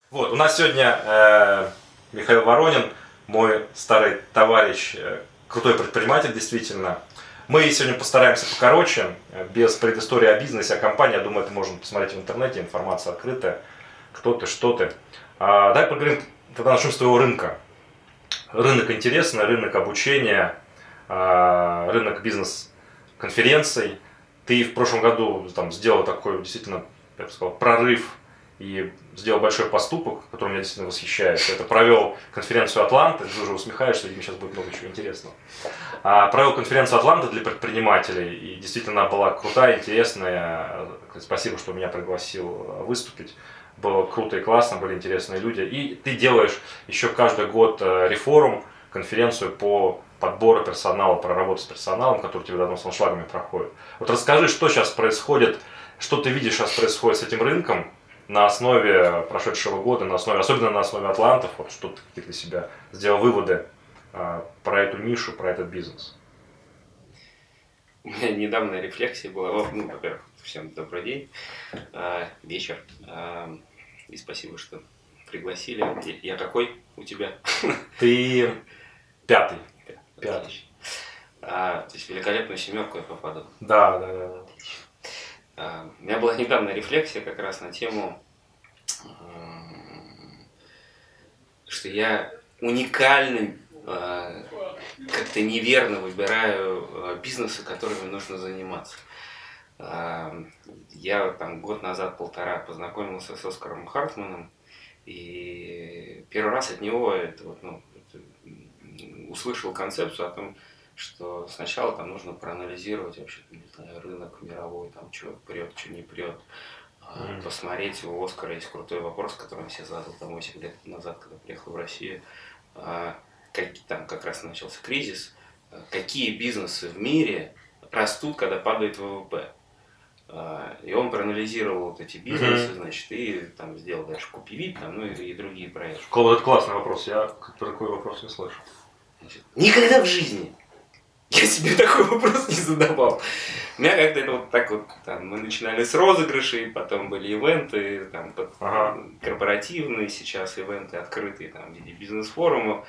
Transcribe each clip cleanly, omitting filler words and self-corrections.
Вот, у нас сегодня Михаил Воронин, мой старый товарищ, крутой предприниматель, действительно. Мы сегодня постараемся покороче, без предыстории о бизнесе, о компании. Я думаю, это можно посмотреть в интернете, информация открытая. Кто ты, что ты. Давай поговорим, тогда начнем с твоего рынка. Рынок интересный, рынок обучения, рынок бизнес-конференций. Ты в прошлом году сделал такой действительно, я бы сказал, прорыв и сделал большой поступок, который меня действительно восхищает. Это провел конференцию «Атланта». Ты уже усмехаешься, видимо, сейчас будет много чего интересного. Провел конференцию «Атланта» для предпринимателей, и действительно она была крутая, интересная. Спасибо, что меня пригласил выступить. Было круто и классно, были интересные люди. И ты делаешь еще каждый год рефорум, конференцию по подбору персонала, проработке с персоналом, который у тебя давно с аншлагами проходит. Вот расскажи, что сейчас происходит, что ты видишь сейчас происходит с этим рынком на основе прошедшего года, особенно на основе Атлантов, вот что ты какие-то для себя сделал выводы про эту нишу, про этот бизнес. У меня недавняя рефлексия была. Во-первых, всем добрый день, вечер. И спасибо, что пригласили. Я какой у тебя? Ты пятый. То есть великолепную семерку я попаду. Да. У меня была недавняя рефлексия как раз на тему, что я уникальный, как-то неверно выбираю бизнесы, которыми нужно заниматься. Я год назад, полтора познакомился с Оскаром Хартманом, и первый раз от него услышал концепцию о том, что сначала нужно проанализировать вообще, рынок мировой, что прет, что не прет. Посмотреть, у Оскара есть крутой вопрос, который он себе задал 8 лет назад, когда приехал в Россию. Как раз начался кризис. Какие бизнесы в мире растут, когда падает ВВП? И он проанализировал эти бизнесы, и сделал дальше Купивит, и другие проекты. Это классный вопрос, я такой вопрос не слышал. Никогда в жизни я себе такой вопрос не задавал. У меня как-то мы начинали с розыгрышей, потом были ивенты, корпоративные, сейчас ивенты открытые в виде бизнес-форумов.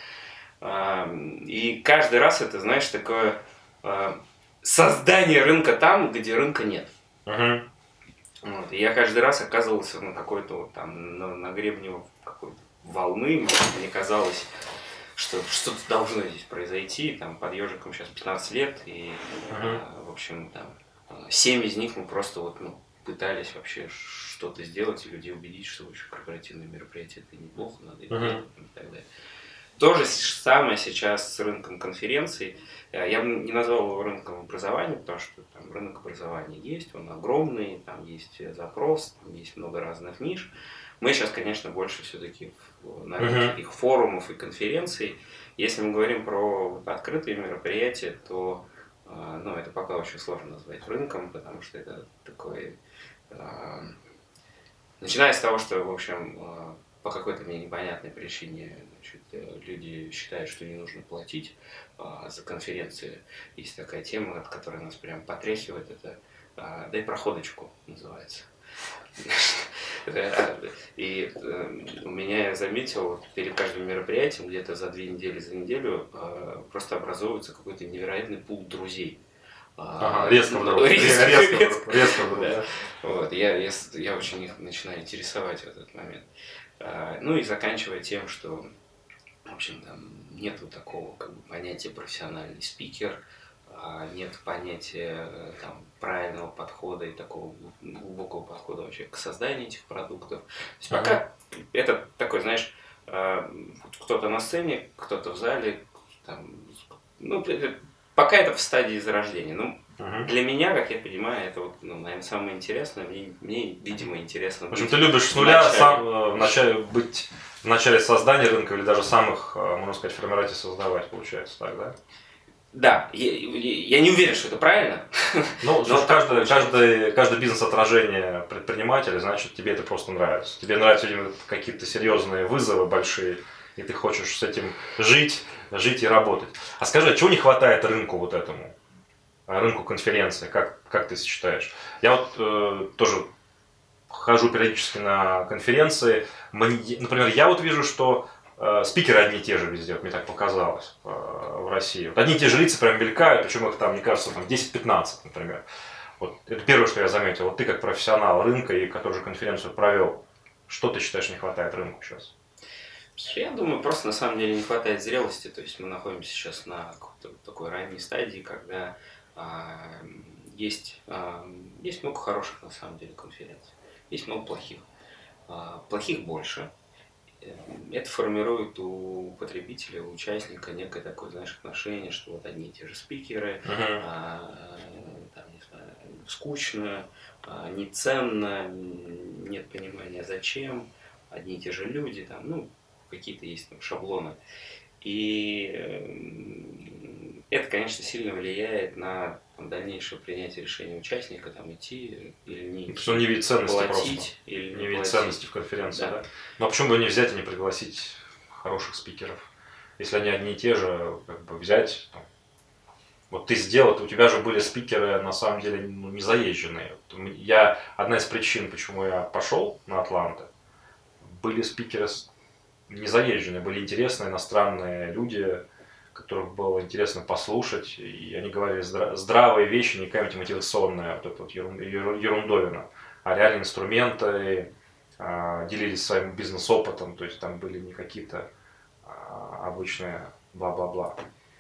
И каждый раз это, такое создание рынка там, где рынка нет. И я каждый раз оказывался на какой-то на гребне какой-то волны. Мне казалось, что что-то должно здесь произойти. Под ежиком сейчас 15 лет, и в общем 7 из них мы просто пытались вообще что-то сделать и людей убедить, что вообще корпоративные мероприятия это неплохо, надо делать и так далее. То же самое сейчас с рынком конференций. Я бы не назвал его рынком образования, потому что рынок образования есть, он огромный, там есть запрос, там есть много разных ниш. Мы сейчас, конечно, больше все-таки на рынке таких форумов и конференций. Если мы говорим про открытые мероприятия, то это пока очень сложно назвать рынком, потому что это такой... Начиная с того, что, в общем, по какой-то мне непонятной причине люди считают, что не нужно платить за конференции. Есть такая тема, от которой нас прям потряхивает, это «дай проходочку» называется. И у меня, я заметил, перед каждым мероприятием, где-то за 2 недели, за неделю, просто образовывается какой-то невероятный пул друзей. Резко вдруг. Я очень их начинаю интересовать в этот момент. И заканчивая тем, что, в общем, нету такого понятия профессиональный спикер, нет понятия правильного подхода и такого глубокого подхода вообще к созданию этих продуктов. То есть пока это такой, кто-то на сцене, кто-то в зале, пока это в стадии зарождения. Для меня, как я понимаю, это наверное, самое интересное. Мне, видимо, интересно. В общем, ты любишь с нуля быть в начале создания рынка или даже самых, можно сказать, формировать и создавать, получается так, да? Да, я не уверен, что это правильно. Каждый бизнес-отражение предпринимателя, значит, тебе это просто нравится. Тебе нравятся, видимо, какие-то серьезные вызовы большие, и ты хочешь с этим жить и работать. А скажи, чего не хватает рынку этому? Рынку конференции, как ты считаешь? Я тоже хожу периодически на конференции, Например, я вот вижу, что спикеры одни и те же везде, вот мне так показалось, в России. Вот одни и те же лица прям мелькают, причем их там, мне кажется, там 10-15, например. Вот это первое, что я заметил. Вот ты как профессионал рынка и который же конференцию провел, что ты считаешь не хватает рынку сейчас? Я думаю, просто на самом деле не хватает зрелости. То есть мы находимся сейчас на какой-то такой ранней стадии, когда есть много хороших на самом деле конференций, есть много плохих. Плохих больше. Это формирует у потребителя, у участника некое такое, знаешь, отношение, что вот одни и те же спикеры, там, не знаю, скучно, неценно, нет понимания зачем, одни и те же люди, там, ну, какие-то есть там шаблоны. И это, конечно, сильно влияет на дальнейшее принятие решения участника, там, идти или не идти. Потому что он не видит ценности платить просто. Или не видит ценности в конференции, да. Да? Ну а почему бы не взять и не пригласить хороших спикеров? Если они одни и те же, как бы взять. Там, вот ты сделал, у тебя же были спикеры, на самом деле, не заезженные. Одна из причин, почему я пошел на Атланты, были спикеры не заезженные, были интересные иностранные люди, которых было интересно послушать, и они говорили здравые вещи, не какая-нибудь мотивационная вот эта вот ерундовина, а реальные инструменты, делились своим бизнес-опытом, то есть там были не какие-то обычные бла-бла-бла.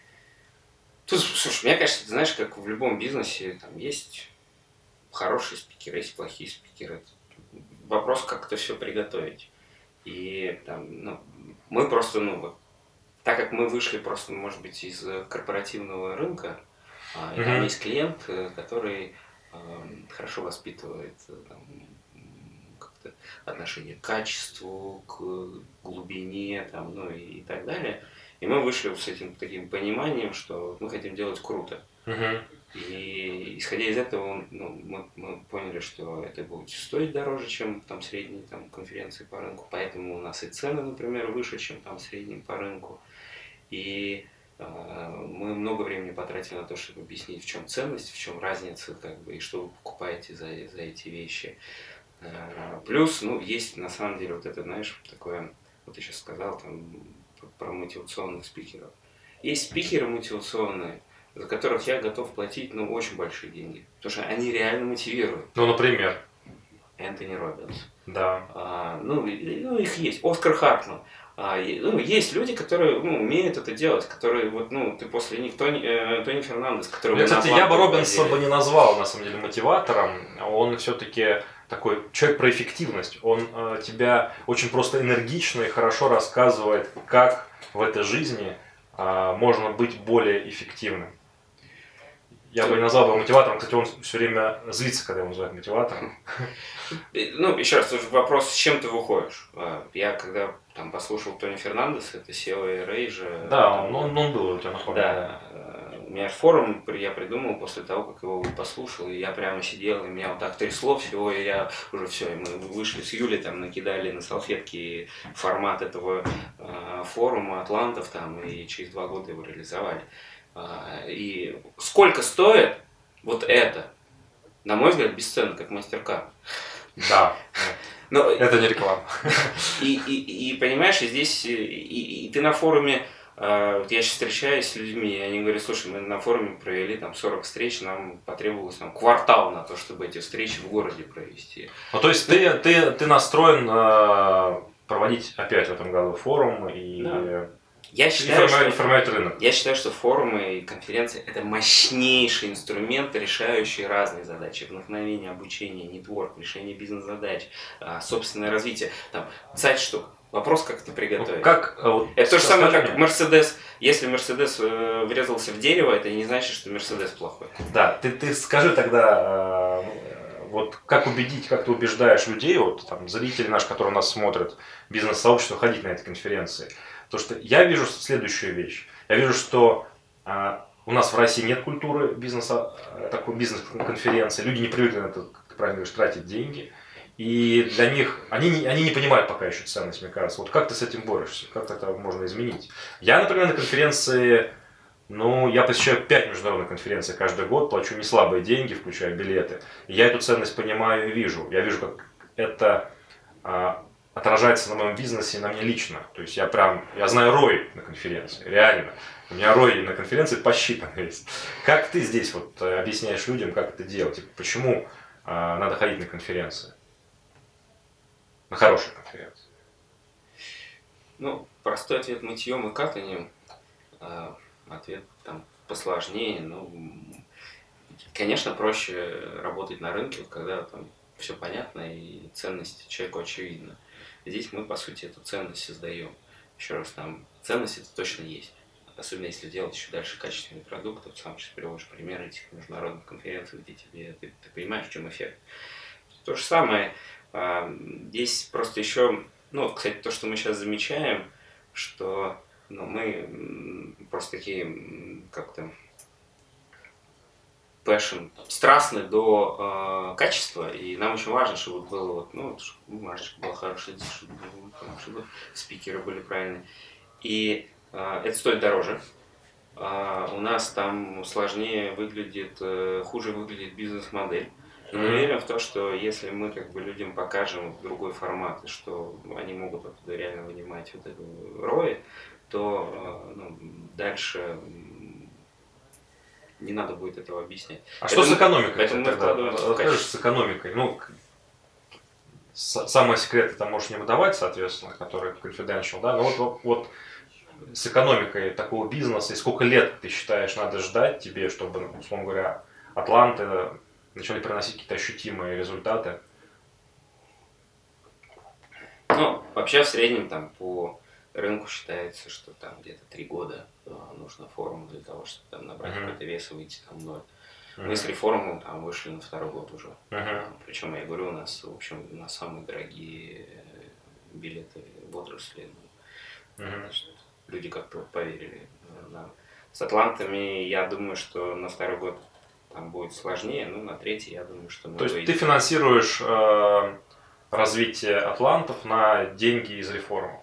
Тут, слушай, мне кажется, ты знаешь, как в любом бизнесе, там есть хорошие спикеры, есть плохие спикеры. Вопрос, как это все приготовить. И там, мы просто, вот, так как мы вышли просто, может быть, из корпоративного рынка, и там есть клиент, который хорошо воспитывает там, как-то отношение к качеству, к глубине, там, и так далее. И мы вышли с этим таким пониманием, что мы хотим делать круто. И исходя из этого, мы поняли, что это будет стоить дороже, чем там средние конференции по рынку, поэтому у нас и цены, например, выше, чем там средние по рынку. И мы много времени потратили на то, чтобы объяснить, в чем ценность, в чем разница, как бы, и что вы покупаете за эти вещи. Плюс, есть на самом деле вот это, знаешь, такое, вот ты сейчас сказал там про мотивационных спикеров. Есть спикеры мотивационные, за которых я готов платить, очень большие деньги. Потому что они реально мотивируют. Ну, например? Энтони Роббинс. Да. Их есть. Оскар Хартман. Есть люди, которые умеют это делать, которые, ты после них, Тони Фернандес, который... Кстати, я бы Роббинса бы не назвал, на самом деле, мотиватором. Он все-таки такой человек про эффективность. Он тебя очень просто энергично и хорошо рассказывает, как в этой жизни можно быть более эффективным. Я бы не назвал его мотиватором, кстати, он все время злится, когда его называют мотиватором. Еще раз, вопрос, с чем ты выходишь? Я когда послушал Тони Фернандеса, это SEO и Rage. Да, он был у тебя на форуме. Да, у меня форум я придумал после того, как его послушал, и я прямо сидел, и меня вот так трясло всего, и я уже все, и мы вышли с Юлей, накидали на салфетки формат этого форума атлантов, и через 2 года его реализовали. И сколько стоит вот это? На мой взгляд, бесценно, как мастер-карт. Да, но это не реклама. И понимаешь, и здесь, и ты на форуме, я сейчас встречаюсь с людьми, и они говорят, слушай, мы на форуме провели 40 встреч, нам потребовалось квартал на то, чтобы эти встречи в городе провести. Ну, то есть ты настроен проводить опять в этом году форум и... Да. Я считаю, что форумы и конференции – это мощнейший инструмент, решающий разные задачи. Вдохновение, обучение, нетворк, решение бизнес-задач, собственное развитие. Сайт штук. Вопрос, как это приготовить. Это то же самое, как Мерседес. Если Мерседес врезался в дерево, это не значит, что Мерседес плохой. Да, ты скажи тогда, как ты убеждаешь людей, зрители наши, которые нас смотрят, бизнес-сообщество, ходить на эти конференции. Потому что я вижу следующую вещь. Я вижу, что у нас в России нет культуры бизнеса, такой бизнес-конференции. Люди не привыкли на это, как ты правильно говоришь, тратить деньги. И для них, они не понимают пока еще ценность, мне кажется. Как ты с этим борешься? Как это можно изменить? Я, например, на конференции, я посещаю 5 международных конференций каждый год, плачу не слабые деньги, включая билеты. И я эту ценность понимаю и вижу. Я вижу, как это отражается на моем бизнесе и на мне лично. То есть я знаю ROI на конференции, реально. У меня ROI на конференции посчитан есть. Как ты здесь вот объясняешь людям, как это делать? И почему надо ходить на конференции? На хорошие конференции. Ну, простой ответ мытьем и катанием. Ответ там посложнее. Ну, конечно, проще работать на рынке, когда там все понятно и ценность человеку очевидна. Здесь мы, по сути, эту ценность создаем. Еще раз, там ценность это точно есть. Особенно если делать еще дальше качественный продукт. Вот сам сейчас приводишь примеры этих международных конференций, где ты понимаешь, в чем эффект. То же самое. Здесь просто еще, ну, кстати, то, что мы сейчас замечаем, что мы просто такие как-то passion, страстны до качества, и нам очень важно, чтобы было чтобы бумажечка была хорошая, чтобы спикеры были правильные. И это стоит дороже. У нас там сложнее выглядит, хуже выглядит бизнес-модель. И мы верим в то, что если мы людям покажем другой формат, что они могут оттуда реально вынимать вот эту ROI, то дальше не надо будет этого объяснять. А что с экономикой? Поэтому мы вкладываемся в качество. С экономикой. Самые секреты там можешь не выдавать, соответственно, которые confidential, да, но вот с экономикой такого бизнеса, и сколько лет ты считаешь надо ждать тебе, чтобы, условно говоря, Атланты начали приносить какие-то ощутимые результаты? Вообще в среднем там по рынку считается, что там где-то 3 года нужно форуму для того, чтобы там набрать какой-то вес и выйти там в ноль. Мы с реформом там вышли на 2-й год уже. Причем, я говорю, у нас, в общем, на самые дорогие билеты в отрасли. Люди как-то поверили нам. С Атлантами, я думаю, что на 2-й год там будет сложнее, но на 3-й, я думаю, что мы То есть выйдем. ты финансируешь развитие Атлантов на деньги из реформы?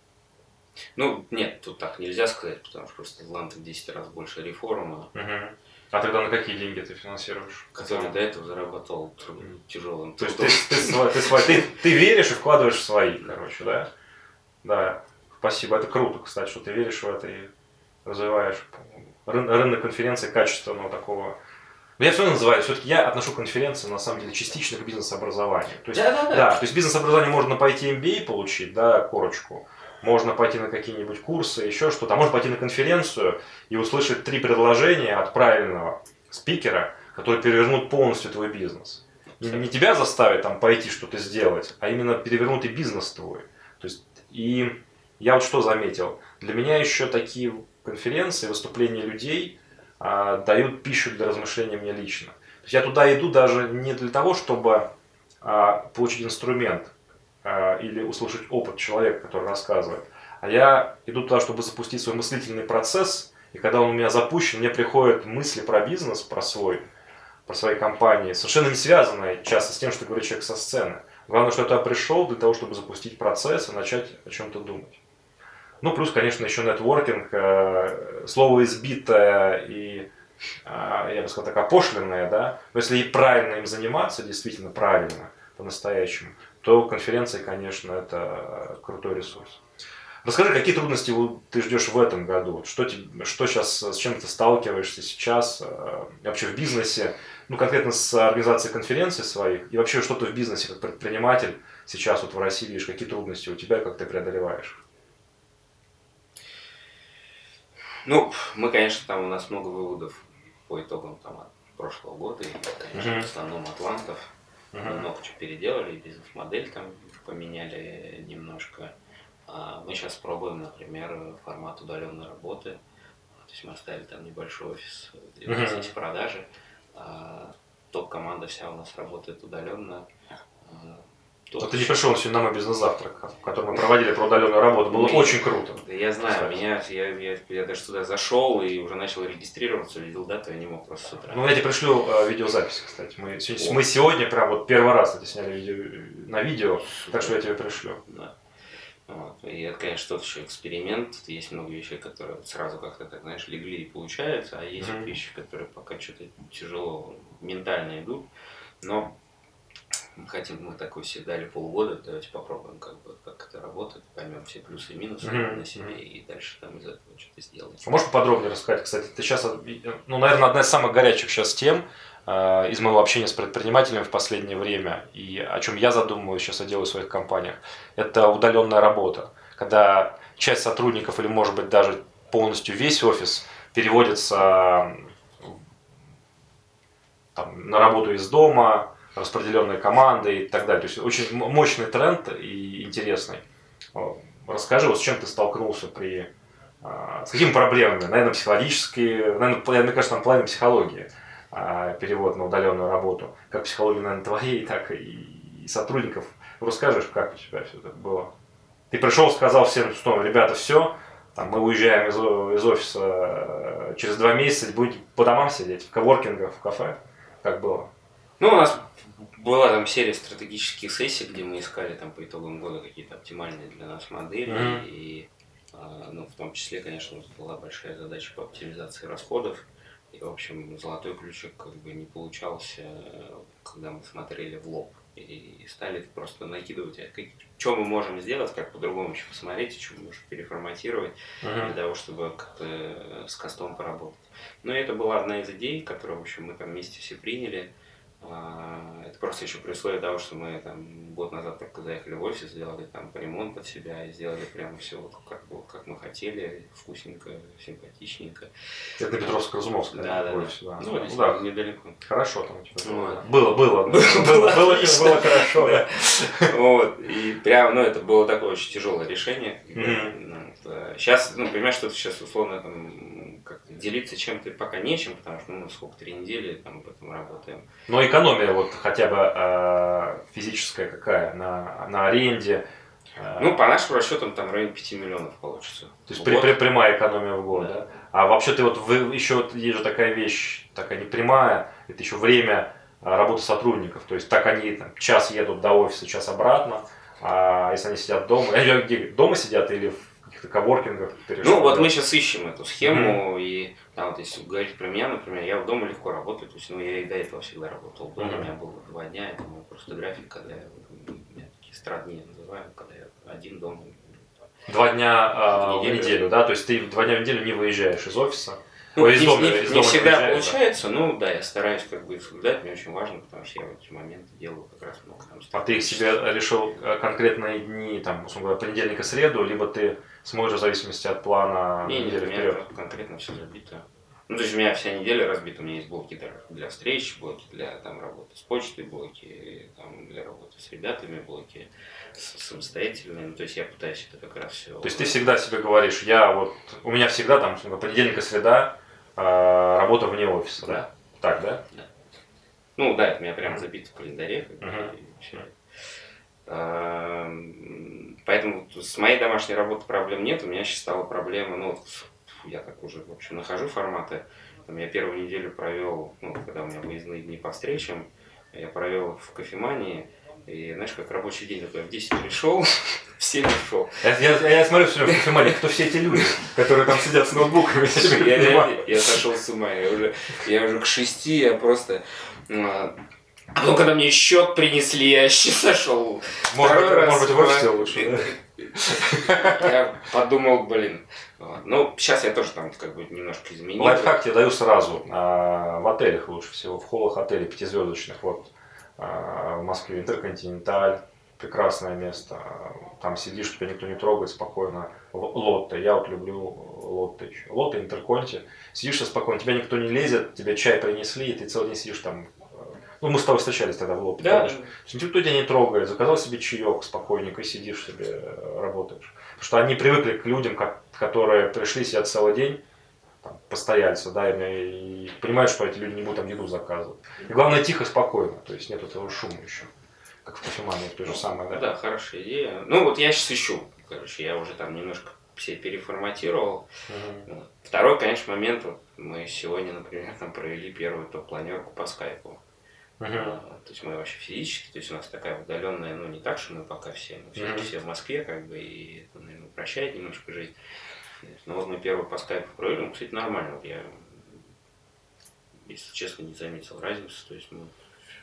Нет, тут так нельзя сказать, потому что просто Атланты в 10 раз больше реформа. А тогда на какие деньги ты финансируешь? Который до этого зарабатывал тяжелым То есть трудом. ты веришь и вкладываешь в свои, короче, да? Да, спасибо. Это круто, кстати, что ты веришь в это и развиваешь рынок конференции качественного такого. Но я все равно называю, все-таки я отношу конференцию на самом деле частично к бизнес-образованию. То есть, то есть бизнес-образование можно пойти MBA получить, да, корочку. Можно пойти на какие-нибудь курсы, еще что-то. А можно пойти на конференцию и услышать 3 предложения от правильного спикера, которые перевернут полностью твой бизнес. Не тебя заставят там пойти что-то сделать, а именно перевернут и бизнес твой. То есть, и я вот что заметил. Для меня еще такие конференции, выступления людей дают пищу для размышления мне лично. То есть я туда иду даже не для того, чтобы получить инструмент, или услышать опыт человека, который рассказывает. А я иду туда, чтобы запустить свой мыслительный процесс, и когда он у меня запущен, мне приходят мысли про бизнес, про свои компании, совершенно не связанные часто с тем, что говорит человек со сцены. Главное, что я туда пришел для того, чтобы запустить процесс и начать о чем-то думать. Плюс, конечно, еще нетворкинг, слово избитое и, я бы сказал так, опошленное, да, но если и правильно им заниматься, действительно правильно, по-настоящему, то конференция, конечно, это крутой ресурс. Расскажи, какие трудности ты ждешь в этом году? Что сейчас, с чем ты сталкиваешься сейчас, вообще в бизнесе, конкретно с организацией конференций своих, и вообще что ты в бизнесе как предприниматель сейчас вот в России видишь, какие трудности у тебя, как ты преодолеваешь? Мы, конечно, у нас много выводов по итогам от прошлого года, и, конечно, в основном Атлантов. Мы много чего переделали, бизнес-модель там поменяли немножко. Мы сейчас пробуем, например, формат удаленной работы. То есть мы оставили там небольшой офис, где у нас есть продажи. Топ-команда вся у нас работает удаленно. Ты не пришел сегодня на мой бизнес-завтрак, который мы проводили про удаленную работу. Было очень круто. Да я знаю, я даже туда зашел и уже начал регистрироваться, видел дату, я не мог просто с утра. Я тебе пришлю видеозапись, кстати. Мы сегодня прям вот первый раз это сняли на видео, так что я тебе пришлю. Да. И это, конечно, тот еще эксперимент. Есть много вещей, которые сразу как-то так, знаешь, легли и получаются, а есть вещи, которые пока что-то тяжело ментально идут. Но мы такой себе дали полгода, давайте попробуем, как это работает, поймем все плюсы и минусы на себе, и дальше там из этого что-то сделаем. Можешь поподробнее рассказать? Кстати, ты сейчас, наверное, одна из самых горячих сейчас тем из моего общения с предпринимателями в последнее время, и о чем я задумываюсь, сейчас я делаю в своих компаниях, это удаленная работа. Когда часть сотрудников, или может быть даже полностью весь офис переводится там, на работу из дома, распределенные команды и так далее. То есть очень мощный тренд и интересный. Расскажи, вот с чем ты столкнулся с какими проблемами? Наверное, психологические, наверное, мне кажется, там половина психологии, перевод на удаленную работу. Как психология, наверное, твоей, так и сотрудников. Расскажешь, как у тебя все это было? Ты пришел, сказал всем, что, ребята, все, там, мы уезжаем из офиса через 2 месяца, будете по домам сидеть, в коворкингах, в кафе. Как было? Ну, у нас была там серия стратегических сессий, где мы искали там по итогам года какие-то оптимальные для нас модели. И ну, в том числе, конечно, была большая задача по оптимизации расходов. И, в общем, золотой ключик как бы не получался, когда мы смотрели в лоб. И стали просто накидывать, что мы можем сделать, как по-другому еще посмотреть, что мы можем переформатировать для того, чтобы как-то с костом поработать. Но это была одна из идей, которую, в общем, мы там вместе все приняли. Это просто еще при условии того, что мы там год назад только заехали в офис, сделали там ремонт под себя и сделали прямо все вот как мы хотели, вкусненько, симпатичненько. Это на Петровско-Разумовском, да. Ну, здесь да. недалеко. Хорошо там у тебя. Вот. Было хорошо, да. Вот, и прям, это было такое очень тяжелое решение. Сейчас, понимаешь, что сейчас условно там как-то делиться чем-то пока нечем, потому что мы сколько, 3 недели там об этом работаем. Но экономия вот хотя бы физическая какая на аренде? По нашим расчетам там в районе 5 миллионов получится. То есть прямая экономия в год, да? А вообще ты еще есть же такая вещь, такая непрямая, это еще время работы сотрудников. То есть так они там, час едут до офиса, час обратно, а если они сидят дома, где дома сидят или в каких-то коворкингах? Мы сейчас ищем эту схему, и вот если говорить про меня, например, я дома легко работаю, то есть я и до этого всегда работал дома, у меня было 2 дня, это мой просто график, когда у меня такие страдни называем, когда я один дома. 2 дня в неделю, да? То есть ты 2 дня в неделю не выезжаешь из офиса? Не всегда получается, я стараюсь их соблюдать, мне очень важно, потому что я в эти моменты делаю как раз много. А ты себе решил конкретные дни, там, условно говоря, понедельник и среду, либо ты смотришь в зависимости от плана недели вперед? Нет, конкретно все забито. То есть у меня вся неделя разбита, у меня есть блоки для встреч, блоки для работы с почтой, блоки для работы с ребятами, блоки самостоятельные. То есть я пытаюсь это как раз все. То есть ты всегда себе говоришь, у меня всегда там понедельник и среда работа вне офиса, да? Так, да? Да. Это у меня прям забито в календаре. Поэтому с моей домашней работой проблем нет. У меня сейчас стала проблема, я так уже, в общем, нахожу форматы. Я первую неделю провел, когда у меня выездные дни по встречам, я провел в кофемании. И знаешь, как рабочий день такой, в 10 пришел, в 7 ушел. Я смотрю все время в кофемании, кто все эти люди, которые там сидят с ноутбуками. Я сошел с ума, я уже к 6, я просто... А потом, когда мне счет принесли, я вообще сошел. Может быть, в офисе лучше, да? Я подумал, сейчас я тоже там немножко изменил. Лайфхак тебе даю сразу. В отелях лучше всего, в холлах отелей 5-звездочных. В Москве Интерконтиненталь, прекрасное место. Там сидишь, тебя никто не трогает, спокойно. Лотте, я люблю Лотте еще. Лотте, Интерконти. Сидишь спокойно, тебя никто не лезет, тебе чай принесли, и ты целый день сидишь там. Мы с тобой встречались тогда в Лотте, да. Никто тебя не трогает, заказал себе чаек спокойненько, сидишь себе, работаешь. Потому что они привыкли к людям, которые пришли, сидят целый день, постояльцы, да, и понимают, что эти люди не будут там еду заказывать. И главное, тихо, спокойно, то есть нет этого шума еще. Как в кофемании, то же самое, да? Да, хорошая идея. Я сейчас ищу, я уже там немножко все переформатировал. Второй, конечно, момент, мы сегодня, например, провели первую топ-планерку по скайпу. То есть мы вообще физически, то есть у нас такая удаленная, не так, что мы пока все в Москве, и это, наверное, упрощает немножко жизнь. Но мы первый по скайпу провели, кстати, нормально. Я, если честно, не заметил разницы. То есть мы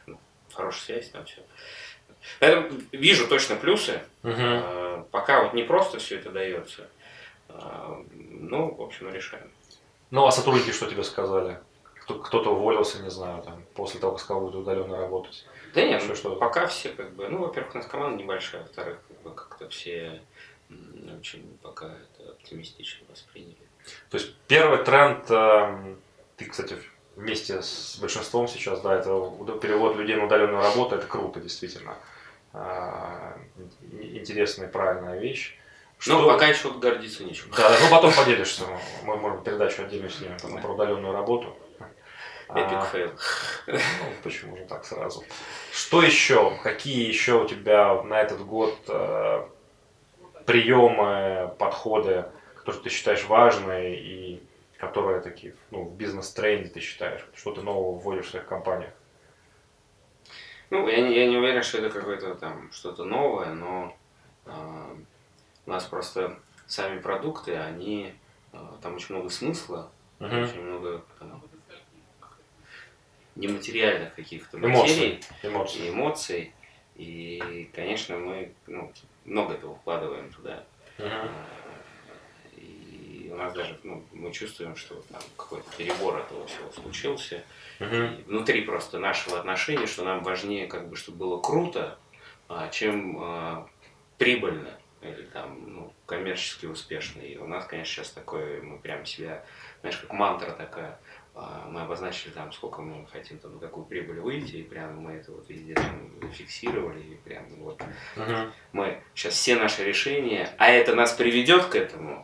хорошая связь, там все. Поэтому вижу точно плюсы. Пока вот не просто все это дается. Ну, в общем, решаем. Ну, а сотрудники что тебе сказали? Кто-то уволился, не знаю, там, после того, как сказал, будет удаленно работать. Да нет, пока все как бы, ну, во-первых, у нас команда небольшая, во-вторых, как-то все очень пока это оптимистично восприняли. То есть первый тренд, ты, кстати, вместе с большинством сейчас, да, это перевод людей на удаленную работу, это круто, действительно. Интересная и правильная вещь. Ну, пока еще вот гордиться нечем. Да, ну потом поделишься, мы можем передачу отдельную снимем про удаленную работу. Epic fail. Ну, почему же так сразу? Что еще? Какие еще у тебя на этот год приемы, подходы, которые ты считаешь важные и которые такие, ну, в бизнес-тренде ты считаешь? Что ты нового вводишь в своих компаниях? Ну, я не уверен, что это какое-то там что-то новое, но у нас просто сами продукты, они там очень много смысла, очень много нематериальных каких-то материй, эмоций. И, конечно, мы много этого вкладываем туда. И у нас даже мы чувствуем, что там какой-то перебор этого всего случился. И внутри просто нашего отношения, что нам важнее, как бы, чтобы было круто, чем прибыльно или там, коммерчески успешно. И у нас, конечно, сейчас такое, мы прям себя, знаешь, как мантра такая. Мы обозначили там, сколько мы хотим там, на какую прибыль выйти, и прям мы это вот везде там зафиксировали, и прям вот мы сейчас все наши решения, а это нас приведет к этому,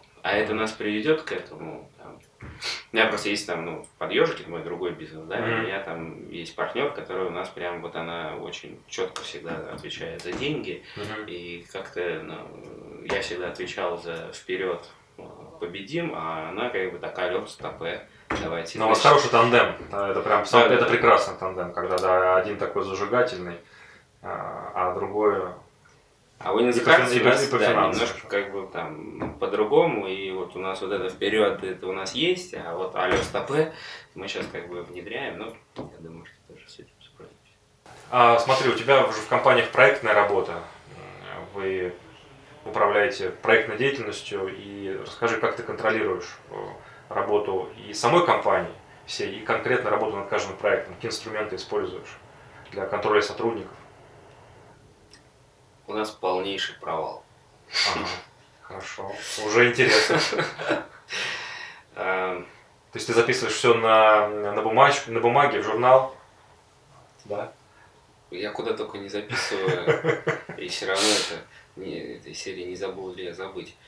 там. У меня просто есть там, под ежики, мой другой бизнес, да, у меня там есть партнер, который у нас прям вот она очень четко всегда отвечает за деньги, и как-то я всегда отвечал за вперед победим, а она как бы такая лёг стопе. Давайте. Но у вас хороший тандем, это прям это прекрасный тандем, когда да, один такой зажигательный, а другой. А вы не закатите нас, да, немножко как бы там по-другому, и вот у нас вот это вперед, это у нас есть, а вот алё стопе мы сейчас как бы внедряем, но я думаю, что тоже с этим справимся. Смотри, у тебя уже в компаниях проектная работа, вы управляете проектной деятельностью, и расскажи, как ты контролируешь работу и самой компании всей, и конкретно работу над каждым проектом, какие инструменты используешь для контроля сотрудников? У нас полнейший провал. Хорошо, уже интересно. То есть ты записываешь все на бумаге, в журнал? Да? Я куда только не записываю, и все равно этой серии не забыл ли я забыть.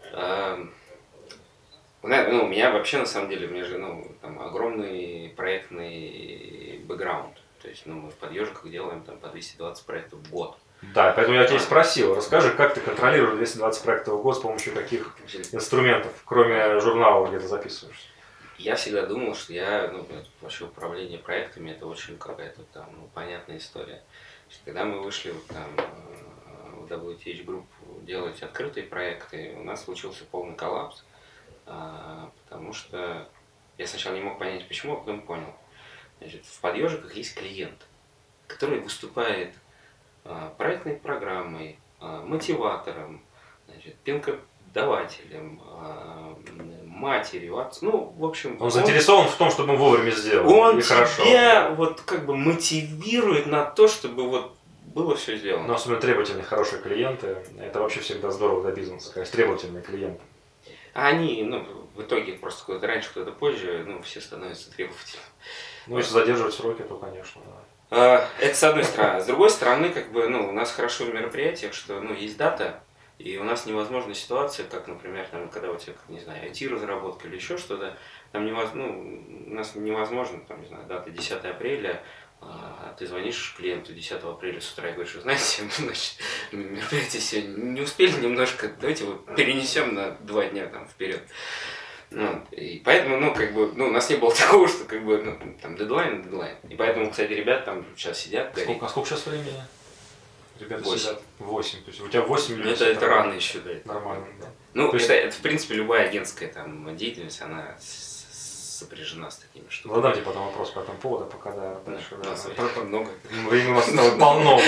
У меня вообще, на самом деле, у меня же там огромный проектный бэкграунд. То есть мы в подъежках делаем там по 220 проектов в год. Да, поэтому я тебя спросил, расскажи, как ты контролируешь 220 проектов в год, с помощью каких инструментов, кроме журнала, где ты записываешься? Я всегда думал, что вообще управление проектами это очень какая-то там понятная история. Когда мы вышли в WTH Group делать открытые проекты, у нас случился полный коллапс. Потому что я сначала не мог понять, почему, а потом понял. Значит, в подъежиках есть клиент, который выступает проектной программой, мотиватором, значит, пинкодавателем, матерью, отцом, в общем... Он заинтересован в том, чтобы мы вовремя сделали. Он тебя вот как бы мотивирует на то, чтобы вот было все сделано. Но особенно требовательные хорошие клиенты, это вообще всегда здорово для бизнеса, конечно, требовательные клиенты. А они, в итоге просто кто-то раньше, кто-то позже, все становятся требовательными. Если задерживать сроки, то, конечно, да. Это с одной стороны. С другой стороны, как бы, у нас хорошо в мероприятиях, что, есть дата, и у нас невозможна ситуация, как, например, там, когда у тебя, не знаю, IT-разработка или еще что-то, там у нас невозможно, там, не знаю, дата 10 апреля, ты звонишь клиенту 10 апреля с утра и говоришь, знаете, значит, мероприятие сегодня не успели немножко, давайте его перенесем на 2 дня там вперед. И поэтому, у нас не было такого, что там дедлайн. И поэтому, кстати, ребята там сейчас сидят. А сколько сейчас времени? Ребята 8. сидят 8. То есть у тебя 8 минут. Это рано еще, да. Нормально, да. Это, в принципе, любая агентская там деятельность, она сопряжена с такими штуками. Задам тебе потом вопрос по этому поводу, пока дальше. Много. Времени у вас стало полно.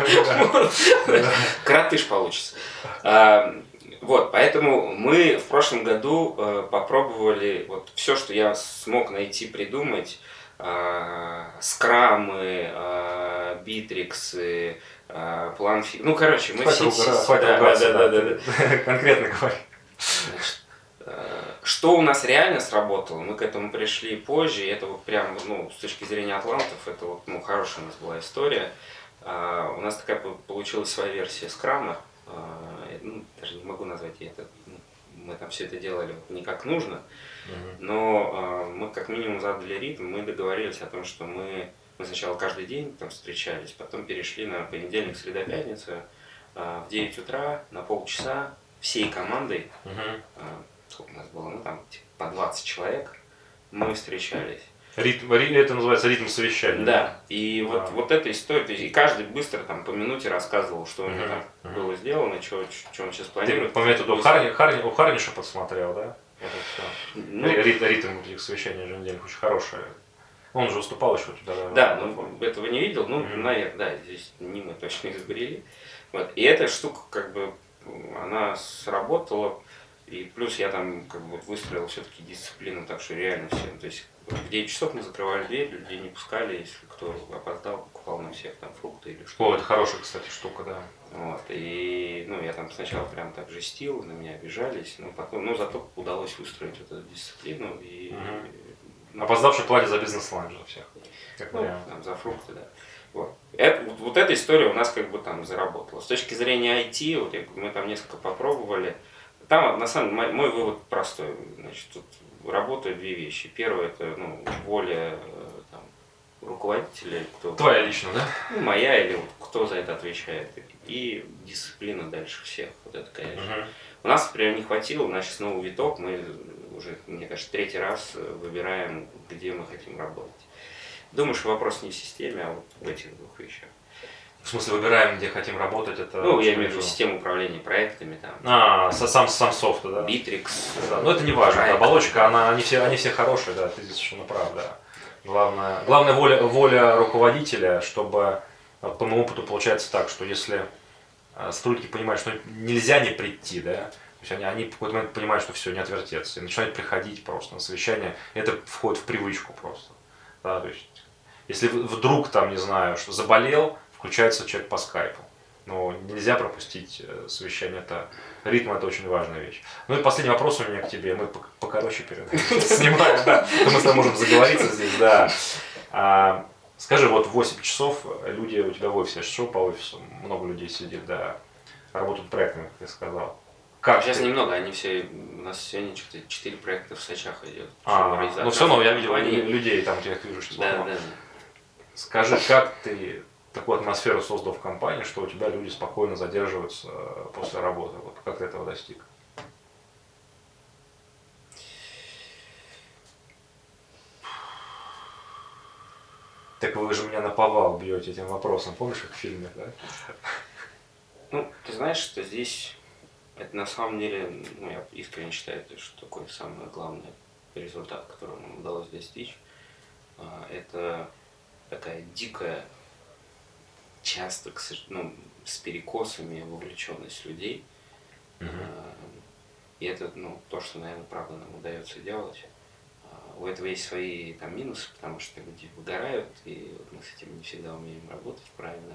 Коротыш получится. Вот, поэтому мы в прошлом году попробовали вот все, что я смог найти, придумать. Скрамы, битриксы, планфи. Ну, короче, мы все... Конкретно говори. Что у нас реально сработало, мы к этому пришли позже, и это вот прям, с точки зрения атлантов, это вот, хорошая у нас была история. У нас такая получилась своя версия скрама, даже не могу назвать ее это, мы там все это делали не как нужно, но мы как минимум задали ритм, мы договорились о том, что мы сначала каждый день там встречались, потом перешли на понедельник, среда, пятница, в 9 утра на полчаса всей командой, сколько у нас было, там типа по 20 человек, мы встречались. Это называется ритм совещания. Да, и вот эта история, то есть, и каждый быстро там по минуте рассказывал, что у него там было сделано, что он сейчас планирует. Ты по методу Харниша подсмотрел, да? Ритм этих совещаний еженедельных очень хороший. Он же выступал еще туда. Да, но этого не видел, наверное, да, здесь не мы точно изобрели. Вот. И эта штука, как бы, она сработала, и плюс я там как бы выстроил все-таки дисциплину, так что реально всем. То есть в 9 часов мы закрывали дверь, людей не пускали, если кто опоздал, покупал на всех там фрукты или что-то. О, это хорошая, кстати, штука, да. Вот. И я там сначала прям так жестил, на меня обижались, но потом, зато удалось выстроить вот эту дисциплину. И, опоздавший платит за бизнес-ланч за всех. Там, за фрукты, да. Вот. Вот эта история у нас как бы там заработала. С точки зрения IT, мы там несколько попробовали. Там, на самом деле, мой вывод простой. Значит, тут работают две вещи. Первое, это воля там, руководителя. Твоя лично, да? Моя или кто за это отвечает. И дисциплина дальше всех. Вот это, конечно. У нас, например, не хватило, у нас сейчас новый виток, мы уже, мне кажется, 3-й раз выбираем, где мы хотим работать. Думаю, что вопрос не в системе, а вот в этих двух вещах. В смысле, выбираем, где хотим работать, это... я имею в виду систему управления проектами, там. Сам софт, да? Bittrex. Да, но это не важно, оболочка, они все хорошие, да, ты здесь совершенно прав, да. Главное воля руководителя, чтобы, по моему опыту, получается так, что если сотрудники понимают, что нельзя не прийти, да, то есть они в какой-то момент понимают, что все, не отвертеться, и начинают приходить просто на совещание, это входит в привычку просто, да, то есть, если вдруг там, не знаю, что заболел, включается человек по скайпу. Но нельзя пропустить совещание. Ритм – это очень важная вещь. Ну и последний вопрос у меня к тебе. Мы покороче снимаем, да. Мы с тобой можем заговориться здесь, да. Скажи, вот 8 часов люди у тебя в офисе, что по офису? Много людей сидит, да. Работают проектами, как я сказал. Сейчас немного, у нас сегодня 4 проекта в Сочах идет. Ну все равно я видел людей, там я их вижу сейчас. Да. Скажи, как ты такую атмосферу создал в компании, что у тебя люди спокойно задерживаются после работы? Вот как ты этого достиг? Так вы же меня наповал бьете этим вопросом, помнишь, как в фильме, да? Ты знаешь, что здесь, это на самом деле, я искренне считаю, что такой самый главный результат, который нам удалось достичь, это такая дикая, часто, с перекосами вовлеченность людей. И это, то, что, наверное, правда нам удается делать. У этого есть свои там минусы, потому что люди выгорают, и мы с этим не всегда умеем работать правильно.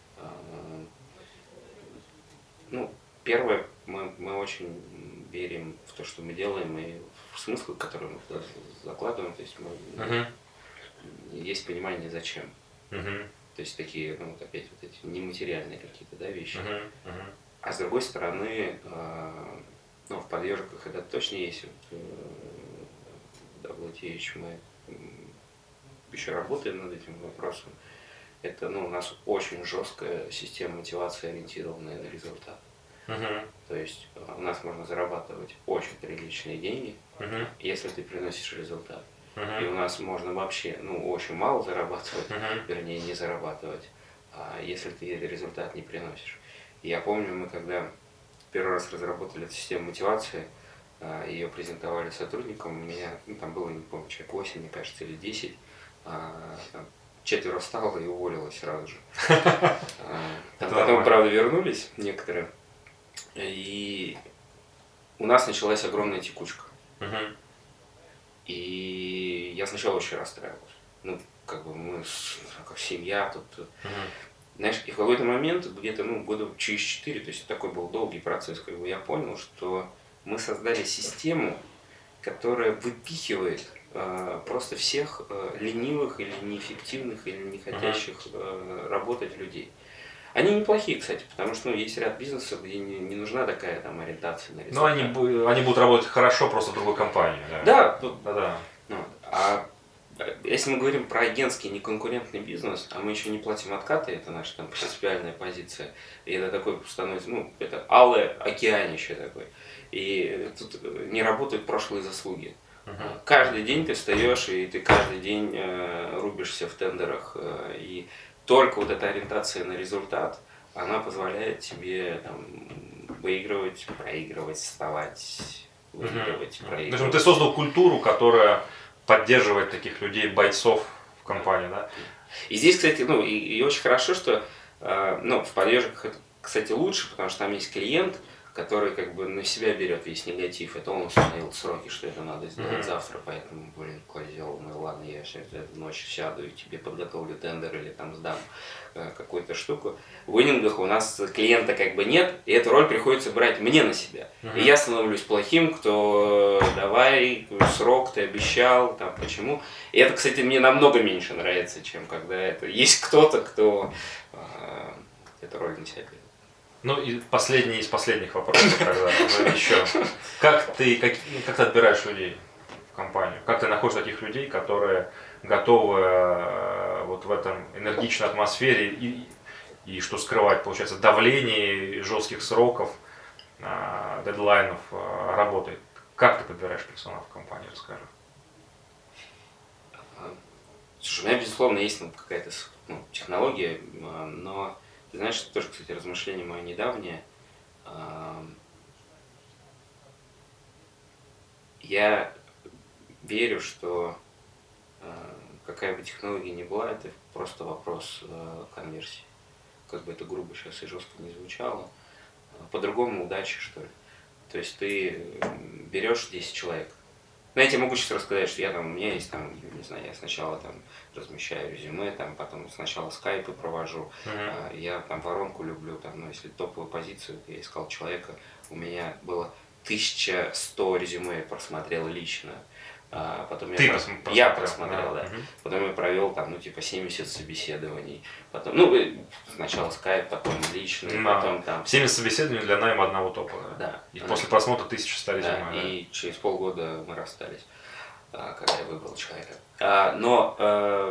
Первое, мы очень верим в то, что мы делаем, и в смысл, который мы туда закладываем. То есть есть понимание, зачем. То есть такие, опять вот эти нематериальные какие-то, да, вещи. А с другой стороны, в подъежках это точно есть. Владеевич, мы еще работаем над этим вопросом. Это, у нас очень жесткая система мотивации, ориентированная на результат. То есть у нас можно зарабатывать очень приличные деньги, если ты приносишь результат. И у нас можно вообще, очень мало зарабатывать, вернее, не зарабатывать, если ты результат не приносишь. И я помню, мы когда первый раз разработали эту систему мотивации, ее презентовали сотрудникам, у меня там было, не помню, человек 8, мне кажется, или 10, 4 встало и уволилось сразу же. Потом, правда, вернулись некоторые, и у нас началась огромная текучка. И я сначала очень расстраивался. Ну, как бы мы, как семья тут. Знаешь, и в какой-то момент, где-то, года через 4, то есть такой был долгий процесс, как бы я понял, что мы создали систему, которая выпихивает просто всех ленивых или неэффективных, или не хотящих работать людей. Они неплохие, кстати, потому что есть ряд бизнесов, где не нужна такая там ориентация на результат. Но они будут работать хорошо просто в другой компании. Да. Да. А если мы говорим про агентский неконкурентный бизнес, а мы еще не платим откаты, это наша там принципиальная позиция, и это такой становится, это алое океанище такой, и тут не работают прошлые заслуги. Каждый день ты встаешь, и ты каждый день рубишься в тендерах, и только вот эта ориентация на результат, она позволяет тебе там выигрывать, проигрывать, вставать, выигрывать, проигрывать. В общем, ты создал культуру, которая поддерживает таких людей, бойцов в компании, да? И здесь, кстати, и очень хорошо, что в поддержках это, кстати, лучше, потому что там есть клиент, который как бы на себя берет весь негатив. Это он установил сроки, что это надо сделать завтра, поэтому, козел, ладно, я сейчас эту ночь сяду и тебе подготовлю тендер или там сдам какую-то штуку. В винингах у нас клиента как бы нет, и эту роль приходится брать мне на себя. И я становлюсь плохим, кто давай, срок ты обещал, там почему. И это, кстати, мне намного меньше нравится, чем когда это есть кто-то, кто эту роль на себя берет. И последний из последних вопросов тогда еще. Как ты отбираешь людей в компанию? Как ты находишь таких людей, которые готовы вот в этом энергичной атмосфере и что скрывать, получается, давление, жестких сроков, дедлайнов работает? Как ты подбираешь персонал в компании, расскажи. Слушай, у меня, безусловно, есть какая-то технология, но ты знаешь, это тоже, кстати, размышление мое недавнее. Я верю, что какая бы технология ни была, это просто вопрос конверсии. Как бы это грубо сейчас и жестко не звучало. По-другому удачи, что ли. То есть ты берешь 10 человек. Я тебе могу сейчас рассказать, что у меня есть там, не знаю, я сначала там размещаю резюме, потом сначала скайпы провожу, я там воронку люблю, если топовую позицию, я искал человека, у меня было 1100 резюме, я просмотрел лично. Потом я просмотрел, да. Потом я провел 70 собеседований. Потом, сначала скайп, потом личный, потом там. 70 собеседований для найма одного топа, да? И после просмотра 1100 резюме. Да, и через полгода мы расстались, когда я выбрал человека. Но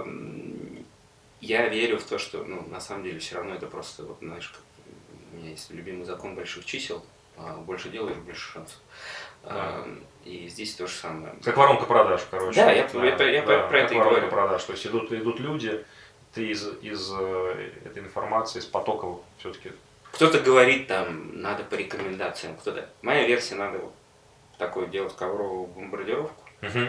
я верю в то, что на самом деле все равно это просто, знаешь, у меня есть любимый закон больших чисел, больше делаешь, больше шансов. И здесь то же самое. Как воронка продаж, короче. Да, я про это и говорю. Воронка продаж. То есть идут люди, ты из этой информации, из потока все-таки. Кто-то говорит, надо по рекомендациям, кто-то. Моя версия, надо такое делать ковровую бомбардировку.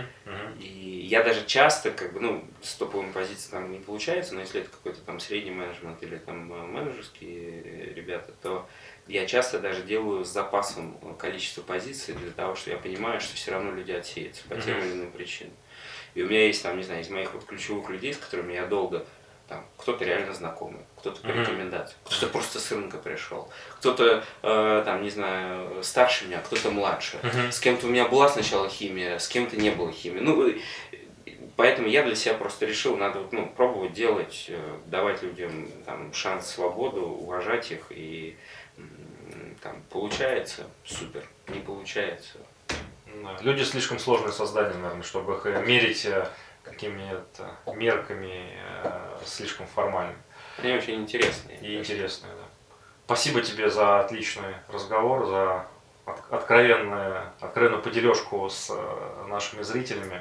И я даже часто, с топовыми позициями не получается, но если это какой-то средний менеджмент или менеджерские ребята, то я часто даже делаю с запасом количество позиций для того, что я понимаю, что все равно люди отсеются по тем или иным причинам. И у меня есть, не знаю, из моих ключевых людей, с которыми я долго, кто-то реально знакомый, кто-то по рекомендациям, кто-то просто с рынка пришел, кто-то, не знаю, старше меня, кто-то младше. С кем-то у меня была сначала химия, с кем-то не было химии. Поэтому я для себя просто решил, надо пробовать делать, давать людям шанс, свободу, уважать их, и получается супер, не получается. Люди слишком сложные создания, наверное, чтобы их мерить какими-то мерками слишком формальными. Они очень интересные. И интересные, да. Спасибо тебе за отличный разговор, за откровенную подележку с нашими зрителями.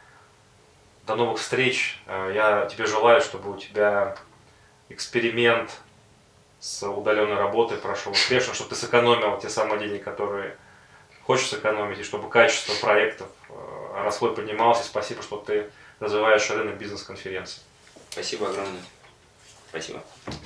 До новых встреч. Я тебе желаю, чтобы у тебя эксперимент с удаленной работой прошел успешно, чтобы ты сэкономил те самые деньги, которые хочешь сэкономить, и чтобы качество проектов росло и поднималось. И спасибо, что ты развиваешь рынок бизнес-конференций. Спасибо огромное. Спасибо.